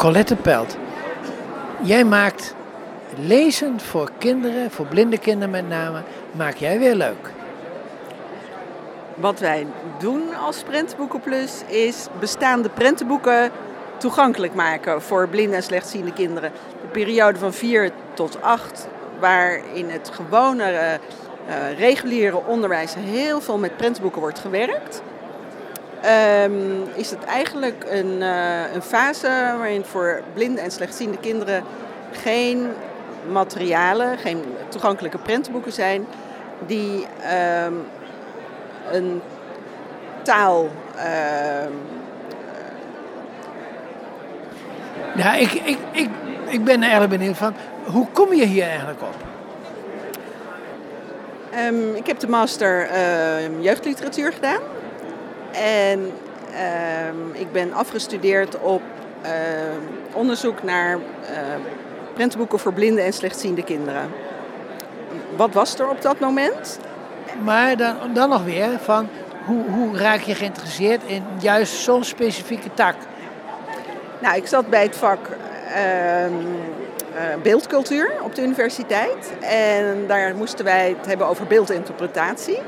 Colette Pelt, jij maakt lezen voor kinderen, voor blinde kinderen met name, maak jij weer leuk. Wat wij doen als Prentenboekenplus is bestaande prentenboeken toegankelijk maken voor blinde en slechtziende kinderen. De periode van 4 tot 8, waar in het gewone reguliere onderwijs heel veel met prentenboeken wordt gewerkt. Is het eigenlijk een fase waarin voor blinde en slechtziende kinderen geen materialen, geen toegankelijke prentenboeken zijn die een taal. Ja, ik ben eigenlijk benieuwd van, hoe kom je hier eigenlijk op? Ik heb de master jeugdliteratuur gedaan. En ik ben afgestudeerd op onderzoek naar prentenboeken voor blinde en slechtziende kinderen. Wat was er op dat moment? Maar dan nog weer van, hoe raak je geïnteresseerd in juist zo'n specifieke tak? Nou, ik zat bij het vak beeldcultuur op de universiteit. En daar moesten wij het hebben over beeldinterpretatie.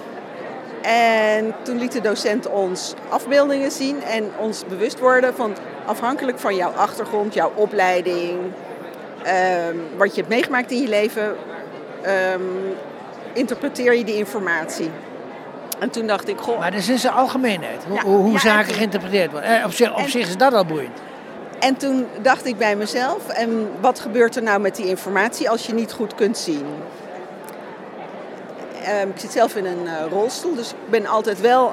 En toen liet de docent ons afbeeldingen zien en ons bewust worden van, afhankelijk van jouw achtergrond, jouw opleiding, wat je hebt meegemaakt in je leven, interpreteer je die informatie. En toen dacht ik, goh... Maar dat is in zijn algemeenheid, hoe zaken geïnterpreteerd worden. Op zich is dat al boeiend. En toen dacht ik bij mezelf, en wat gebeurt er nou met die informatie als je niet goed kunt zien? Ik zit zelf in een rolstoel, dus ik ben altijd wel...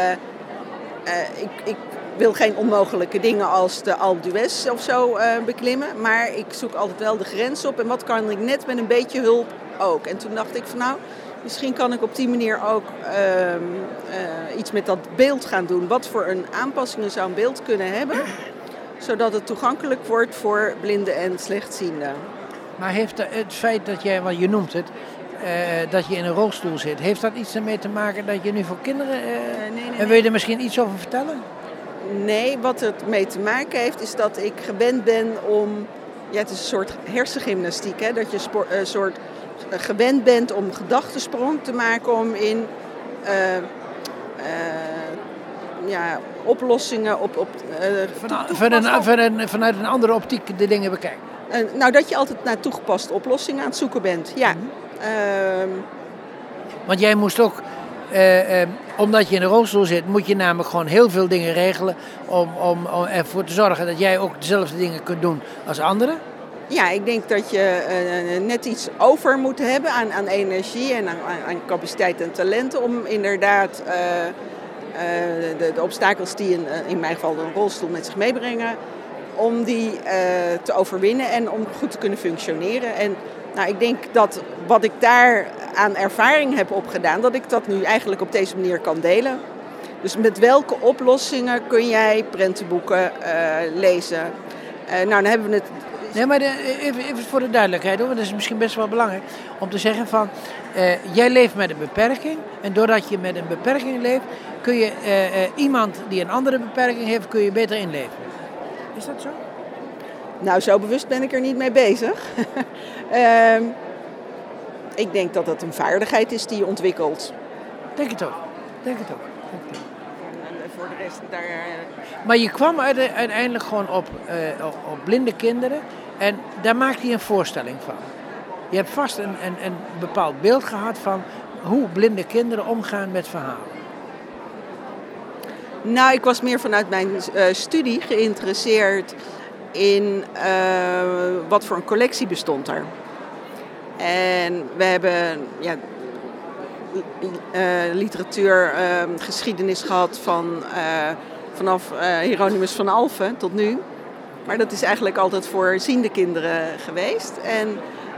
Ik wil geen onmogelijke dingen als de Alpe d'Huez of zo beklimmen. Maar ik zoek altijd wel de grens op. En wat kan ik net met een beetje hulp ook? En toen dacht ik van nou, misschien kan ik op die manier ook iets met dat beeld gaan doen. Wat voor een aanpassingen zou een beeld kunnen hebben, zodat het toegankelijk wordt voor blinden en slechtzienden. Maar heeft het feit dat jij, want je noemt het, dat je in een rolstoel zit, heeft dat iets ermee te maken dat je nu voor kinderen... Nee. En wil je er misschien iets over vertellen? Nee, wat het mee te maken heeft is dat ik gewend ben om... Ja, het is een soort hersengymnastiek, hè? Dat je een soort gewend bent om gedachtensprong te maken om in oplossingen vanuit een andere optiek de dingen bekijken. Nou, dat je altijd naar toegepaste oplossingen aan het zoeken bent, ja. Want jij moest ook, omdat je in een rolstoel zit, moet je namelijk gewoon heel veel dingen regelen om ervoor te zorgen dat jij ook dezelfde dingen kunt doen als anderen. Ja, ik denk dat je net iets over moet hebben aan energie en aan capaciteit en talenten om inderdaad de obstakels die in mijn geval een rolstoel met zich meebrengen, om die te overwinnen en om goed te kunnen functioneren. En nou, ik denk dat wat ik daar aan ervaring heb opgedaan, dat ik dat nu eigenlijk op deze manier kan delen. Dus met welke oplossingen kun jij prentenboeken lezen? Nou, dan hebben we het... Nee, maar even voor de duidelijkheid, hoor, want dat is misschien best wel belangrijk om te zeggen van, jij leeft met een beperking en doordat je met een beperking leeft, kun je iemand die een andere beperking heeft, kun je beter inleven. Is dat zo? Nou, zo bewust ben ik er niet mee bezig. Ik denk dat dat een vaardigheid is die je ontwikkelt. Denk het ook. En voor de rest daar... Maar je kwam uiteindelijk gewoon op blinde kinderen en daar maakte je een voorstelling van. Je hebt vast een bepaald beeld gehad van hoe blinde kinderen omgaan met verhalen. Nou, ik was meer vanuit mijn studie geïnteresseerd in wat voor een collectie bestond er. En we hebben literatuurgeschiedenis gehad vanaf Hieronymus van Alphen tot nu. Maar dat is eigenlijk altijd voor ziende kinderen geweest. En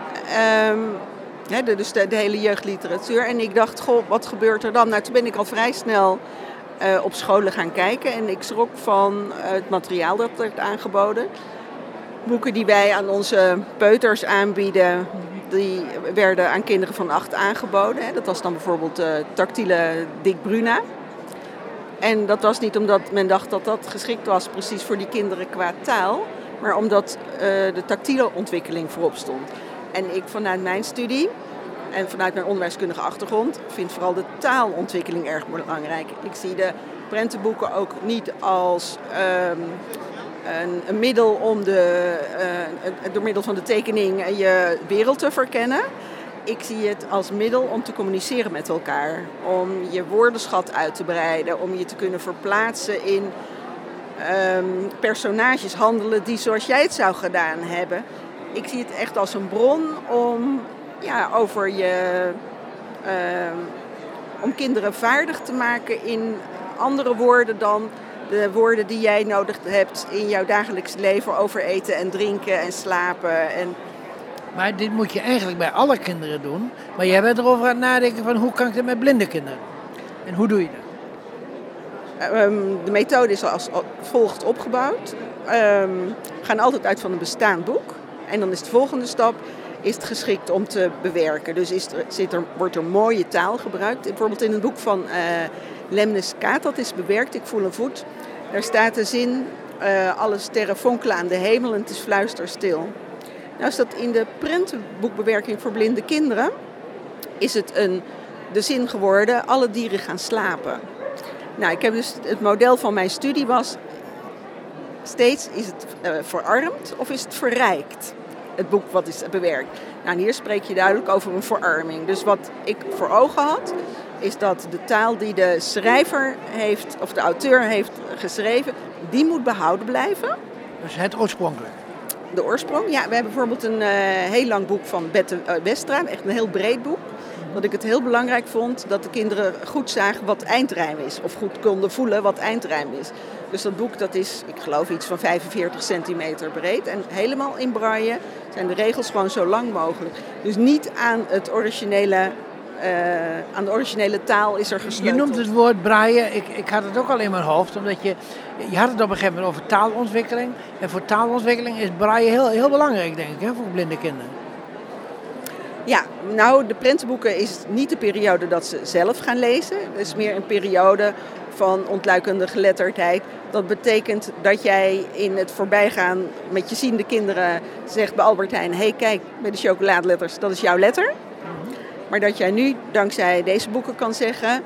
dus de hele jeugdliteratuur. En ik dacht, goh, wat gebeurt er dan? Nou, toen ben ik al vrij snel op scholen gaan kijken. En ik schrok van het materiaal dat werd aangeboden. Boeken die wij aan onze peuters aanbieden, die werden aan kinderen van 8 aangeboden. Dat was dan bijvoorbeeld Tactiele Dick Bruna. En dat was niet omdat men dacht dat dat geschikt was precies voor die kinderen qua taal. maar omdat de tactiele ontwikkeling voorop stond. En ik vanuit mijn studie en vanuit mijn onderwijskundige achtergrond vind vooral de taalontwikkeling erg belangrijk. Ik zie de prentenboeken ook niet als een middel om door middel van de tekening je wereld te verkennen. Ik zie het als middel om te communiceren met elkaar. Om je woordenschat uit te breiden. Om je te kunnen verplaatsen in personages, handelen die zoals jij het zou gedaan hebben. Ik zie het echt als een bron om over om kinderen vaardig te maken in andere woorden dan de woorden die jij nodig hebt in jouw dagelijks leven over eten en drinken en slapen. Maar dit moet je eigenlijk bij alle kinderen doen. Maar jij bent erover aan het nadenken van hoe kan ik dat met blinde kinderen? En hoe doe je dat? De methode is als volgt opgebouwd. We gaan altijd uit van een bestaand boek. En dan is de volgende stap, is het geschikt om te bewerken. Dus wordt er mooie taal gebruikt. Bijvoorbeeld in het boek van Lemnes Kaat, dat is bewerkt, Ik voel een voet. Daar staat de zin, alle sterren fonkelen aan de hemel en het is fluisterstil. Nou is dat in de prentenboekbewerking voor blinde kinderen, is het de zin geworden, alle dieren gaan slapen. Nou, ik heb dus het model van mijn studie was, steeds is het verarmd of is het verrijkt? Het boek wat is bewerkt. Nou, en hier spreek je duidelijk over een verarming. Dus wat ik voor ogen had, is dat de taal die de schrijver heeft, of de auteur heeft geschreven, die moet behouden blijven. Dus het oorspronkelijk. De oorsprong, ja. We hebben bijvoorbeeld een heel lang boek van Bette Westra, echt een heel breed boek. Dat ik het heel belangrijk vond dat de kinderen goed zagen wat eindrijm is. Of goed konden voelen wat eindrijm is. Dus dat boek dat is, ik geloof, iets van 45 centimeter breed. En helemaal in braille zijn de regels gewoon zo lang mogelijk. Dus niet aan het originele... aan de originele taal is er gesleuteld. Je noemt het woord braille, ik had het ook al in mijn hoofd, omdat je had het op een gegeven moment over taalontwikkeling. En voor taalontwikkeling is braille heel, heel belangrijk, denk ik, hè, voor blinde kinderen. Ja, nou, de prentenboeken is niet de periode dat ze zelf gaan lezen. Het is meer een periode van ontluikende geletterdheid. Dat betekent dat jij in het voorbijgaan met je ziende kinderen zegt bij Albert Heijn, hey, kijk, bij de chocoladeletters, dat is jouw letter. Maar dat jij nu, dankzij deze boeken, kan zeggen,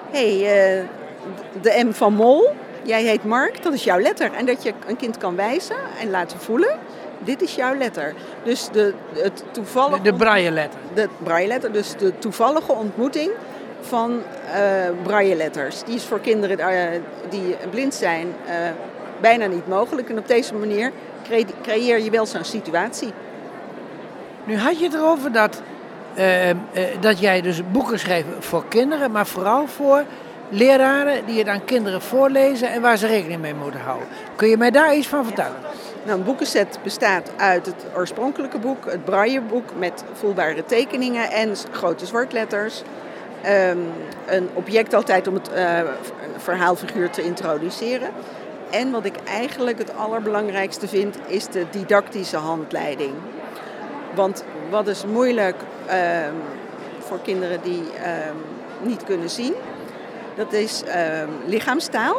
de M van Mol, jij heet Mark, dat is jouw letter. En dat je een kind kan wijzen en laten voelen, dit is jouw letter. Dus het toevallige... De braille-letter. De braille-letter, dus de toevallige ontmoeting van braille-letters. Die is voor kinderen die blind zijn bijna niet mogelijk. En op deze manier creëer je wel zo'n situatie. Nu had je het erover dat jij dus boeken schreef voor kinderen, maar vooral voor leraren die het aan kinderen voorlezen en waar ze rekening mee moeten houden. Kun je mij daar iets van vertellen? Nou, een boekenset bestaat uit het oorspronkelijke boek, het brailleboek met voelbare tekeningen en grote zwartletters. Een object altijd om het verhaalfiguur te introduceren. En wat ik eigenlijk het allerbelangrijkste vind, is de didactische handleiding. Want wat is moeilijk voor kinderen die niet kunnen zien, dat is lichaamstaal.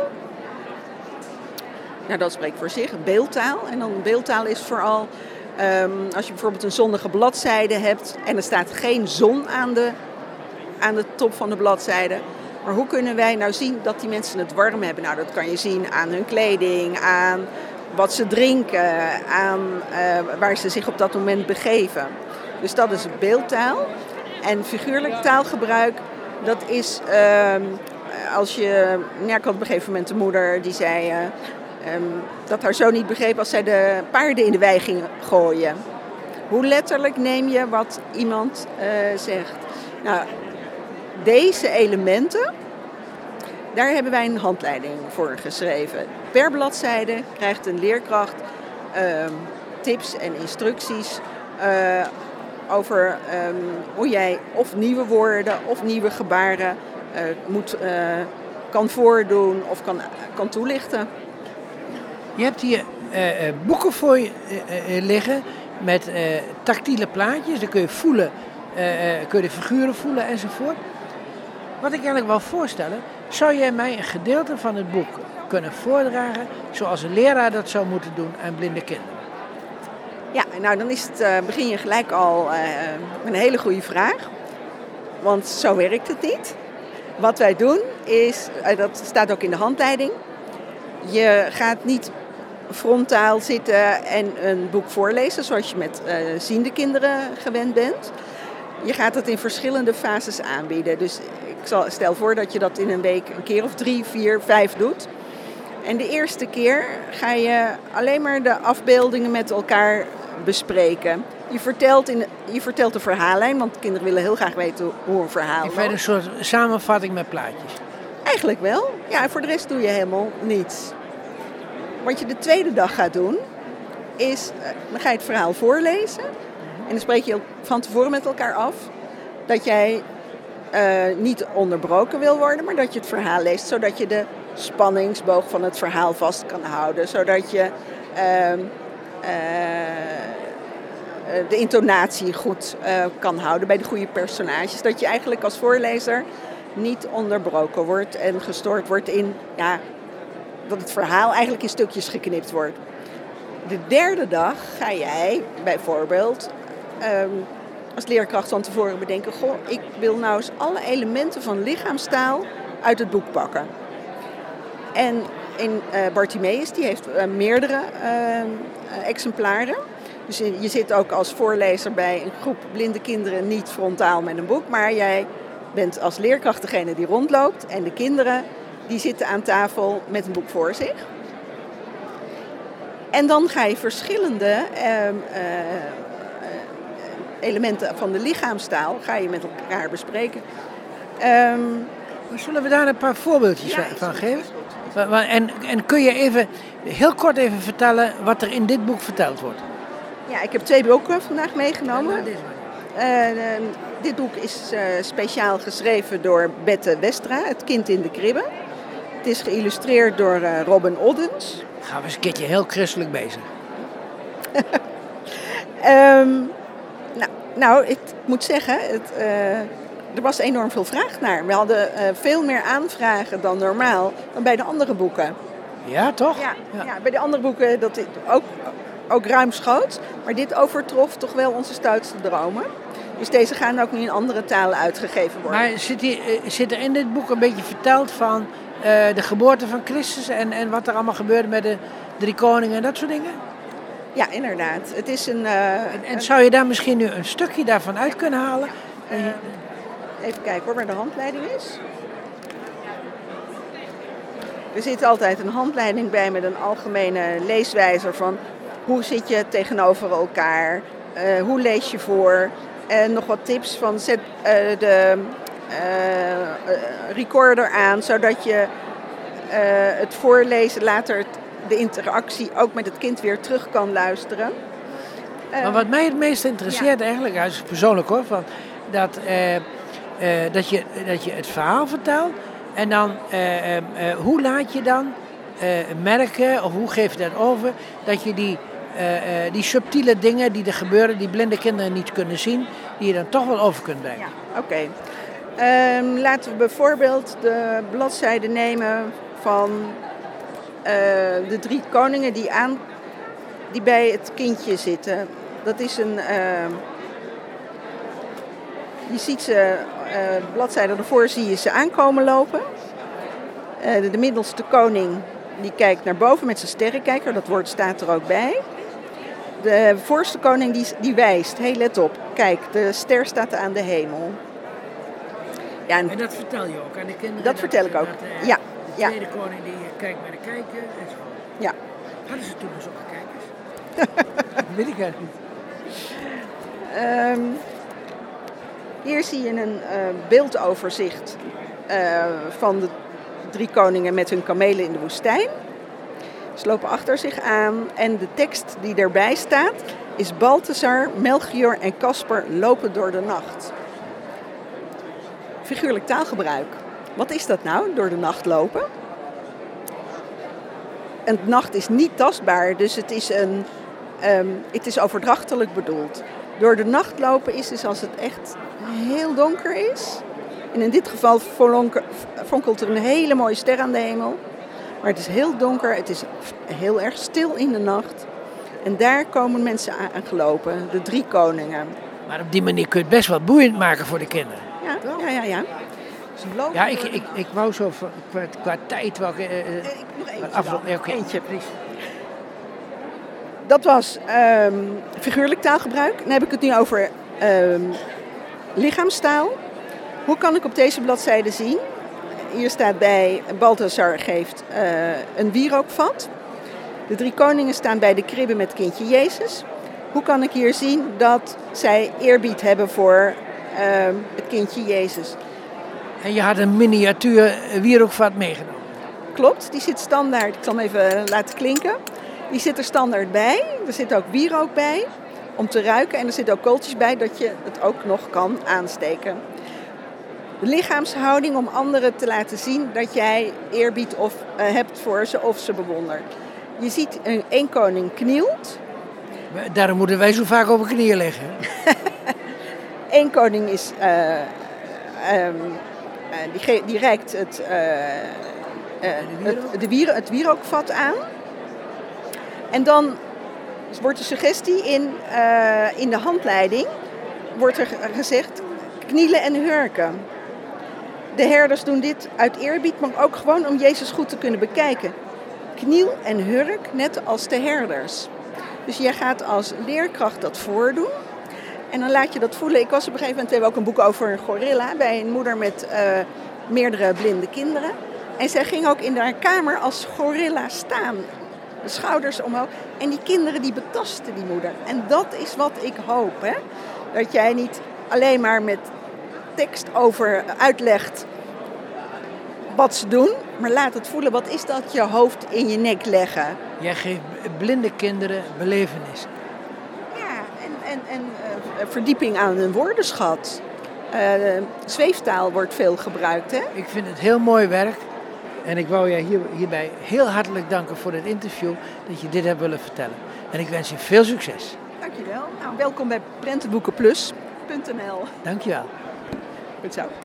Nou, dat spreekt voor zich. Beeldtaal. En dan beeldtaal is vooral als je bijvoorbeeld een zonnige bladzijde hebt en er staat geen zon aan de top van de bladzijde. Maar hoe kunnen wij nou zien dat die mensen het warm hebben? Nou, dat kan je zien aan hun kleding, aan wat ze drinken, aan waar ze zich op dat moment begeven. Dus dat is beeldtaal. En figuurlijk taalgebruik, dat is als je... Ja, ik had op een gegeven moment de moeder die zei dat haar zoon niet begreep als zij de paarden in de wei ging gooien. Hoe letterlijk neem je wat iemand zegt? Nou, deze elementen, daar hebben wij een handleiding voor geschreven. Per bladzijde krijgt een leerkracht tips en instructies over hoe jij of nieuwe woorden of nieuwe gebaren kan voordoen of kan toelichten. Je hebt hier boeken voor je liggen met tactiele plaatjes. Dan kun je voelen, kun je de figuren voelen enzovoort. Wat ik eigenlijk wil voorstellen, zou jij mij een gedeelte van het boek kunnen voordragen zoals een leraar dat zou moeten doen aan blinde kinderen? Ja, nou dan begin je gelijk al met een hele goede vraag. Want zo werkt het niet. Wat wij doen is, dat staat ook in de handleiding. Je gaat niet frontaal zitten en een boek voorlezen zoals je met ziende kinderen gewend bent. Je gaat het in verschillende fases aanbieden. Dus stel voor dat je dat in een week een keer of 3, 4, 5 doet. En de eerste keer ga je alleen maar de afbeeldingen met elkaar bespreken. Je vertelt de verhaallijn, want kinderen willen heel graag weten hoe een verhaal loopt. In feite een soort samenvatting met plaatjes. Eigenlijk wel. Ja, en voor de rest doe je helemaal niets. Wat je de tweede dag gaat doen, is dan ga je het verhaal voorlezen. En dan spreek je van tevoren met elkaar af dat jij niet onderbroken wil worden, maar dat je het verhaal leest, zodat je de spanningsboog van het verhaal vast kan houden. Zodat je de intonatie goed kan houden bij de goede personages. Dat je eigenlijk als voorlezer niet onderbroken wordt en gestoord wordt in dat het verhaal eigenlijk in stukjes geknipt wordt. De derde dag ga jij bijvoorbeeld als leerkracht van tevoren bedenken, ik wil nou eens alle elementen van lichaamstaal uit het boek pakken. En Bartimeus, die heeft meerdere exemplaren. Dus je zit ook als voorlezer bij een groep blinde kinderen niet frontaal met een boek, maar jij bent als leerkracht degene die rondloopt en de kinderen die zitten aan tafel met een boek voor zich. En dan ga je verschillende elementen van de lichaamstaal ga je met elkaar bespreken. Zullen we daar een paar voorbeeldjes van geven? En kun je even heel kort even vertellen wat er in dit boek verteld wordt? Ja, ik heb 2 boeken vandaag meegenomen. Dit boek is speciaal geschreven door Bette Westra, Het kind in de kribbe. Het is geïllustreerd door Robin Oddens. Gaan we eens een keertje heel christelijk bezig. Ik moet zeggen, er was enorm veel vraag naar. We hadden veel meer aanvragen dan normaal, dan bij de andere boeken. Ja, toch? Ja, bij de andere boeken dat ook ruimschoots. Maar dit overtrof toch wel onze stoutste dromen. Dus deze gaan ook nu in andere talen uitgegeven worden. Maar zit er in dit boek een beetje verteld van de geboorte van Christus en wat er allemaal gebeurde met de 3 koningen en dat soort dingen? Ja, inderdaad. Het is En zou je daar misschien nu een stukje daarvan uit kunnen halen? Even kijken hoor, waar de handleiding is. Er zit altijd een handleiding bij met een algemene leeswijzer van hoe zit je tegenover elkaar, hoe lees je voor. En nog wat tips van zet de recorder aan, zodat je het voorlezen later de interactie ook met het kind weer terug kan luisteren. Maar wat mij het meest interesseert eigenlijk, dat is persoonlijk hoor, van dat je het verhaal vertelt en dan hoe laat je dan merken of hoe geef je dat over dat je die subtiele dingen die er gebeuren, die blinde kinderen niet kunnen zien, die je dan toch wel over kunt brengen. Ja, oké. Laten we bijvoorbeeld de bladzijde nemen van de 3 koningen die bij het kindje zitten. Dat is je ziet ze, bladzijde ervoor zie je ze aankomen lopen. De middelste koning die kijkt naar boven met zijn sterrenkijker, dat woord staat er ook bij. De voorste koning die wijst, let op, kijk, de ster staat aan de hemel. Ja, en dat vertel je ook aan de kinderen? Dat vertel ik ook, ja. De tweede koning die kijkt bij de kijker enzovoort. Ja. Hadden ze toen dus ook kijkers? Dat weet ik eigenlijk niet. Hier zie je een beeldoverzicht van de 3 koningen met hun kamelen in de woestijn. Ze lopen achter zich aan en de tekst die erbij staat is Balthasar, Melchior en Caspar lopen door de nacht. Figuurlijk taalgebruik. Wat is dat nou, door de nacht lopen? Een nacht is niet tastbaar, dus het is overdrachtelijk bedoeld. Door de nacht lopen is dus als het echt heel donker is. En in dit geval fonkelt er een hele mooie ster aan de hemel. Maar het is heel donker, het is heel erg stil in de nacht. En daar komen mensen aan gelopen, de 3 koningen. Maar op die manier kun je het best wel boeiend maken voor de kinderen. Ja. Ze lopen Ja, ik wou zo qua tijd... nog eentje. Eentje, please. Dat was figuurlijk taalgebruik. Dan heb ik het nu over lichaamstaal. Hoe kan ik op deze bladzijde zien? Hier staat bij, Balthasar geeft een wierookvat. De 3 koningen staan bij de kribbe met kindje Jezus. Hoe kan ik hier zien dat zij eerbied hebben voor het kindje Jezus? En je had een miniatuur wierookvat meegenomen. Klopt, die zit standaard. Ik zal hem even laten klinken. Die zit er standaard bij. Er zit ook wierook bij om te ruiken. En er zitten ook kooltjes bij dat je het ook nog kan aansteken. De lichaamshouding om anderen te laten zien dat jij eerbied hebt voor ze of ze bewondert. Je ziet één koning knielt. Daarom moeten wij zo vaak op de knieën liggen. Eén koning is, die reikt het wierookvat aan. En dan wordt de suggestie in de handleiding wordt er gezegd knielen en hurken. De herders doen dit uit eerbied, maar ook gewoon om Jezus goed te kunnen bekijken. Kniel en hurk, net als de herders. Dus jij gaat als leerkracht dat voordoen. En dan laat je dat voelen. Ik was op een gegeven moment, we hebben ook een boek over een gorilla bij een moeder met meerdere blinde kinderen. En zij ging ook in haar kamer als gorilla staan. De schouders omhoog. En die kinderen die betasten die moeder. En dat is wat ik hoop. Hè? Dat jij niet alleen maar met tekst over uitlegt wat ze doen. Maar laat het voelen. Wat is dat je hoofd in je nek leggen? Jij geeft blinde kinderen belevenis. Ja, en verdieping aan een woordenschat. Zweeftaal wordt veel gebruikt. Hè? Ik vind het heel mooi werk. En ik wou jij hierbij heel hartelijk danken voor het interview. Dat je dit hebt willen vertellen. En ik wens je veel succes. Dankjewel. Nou, welkom bij prentenboekenplus.nl. Dankjewel. Goed zo.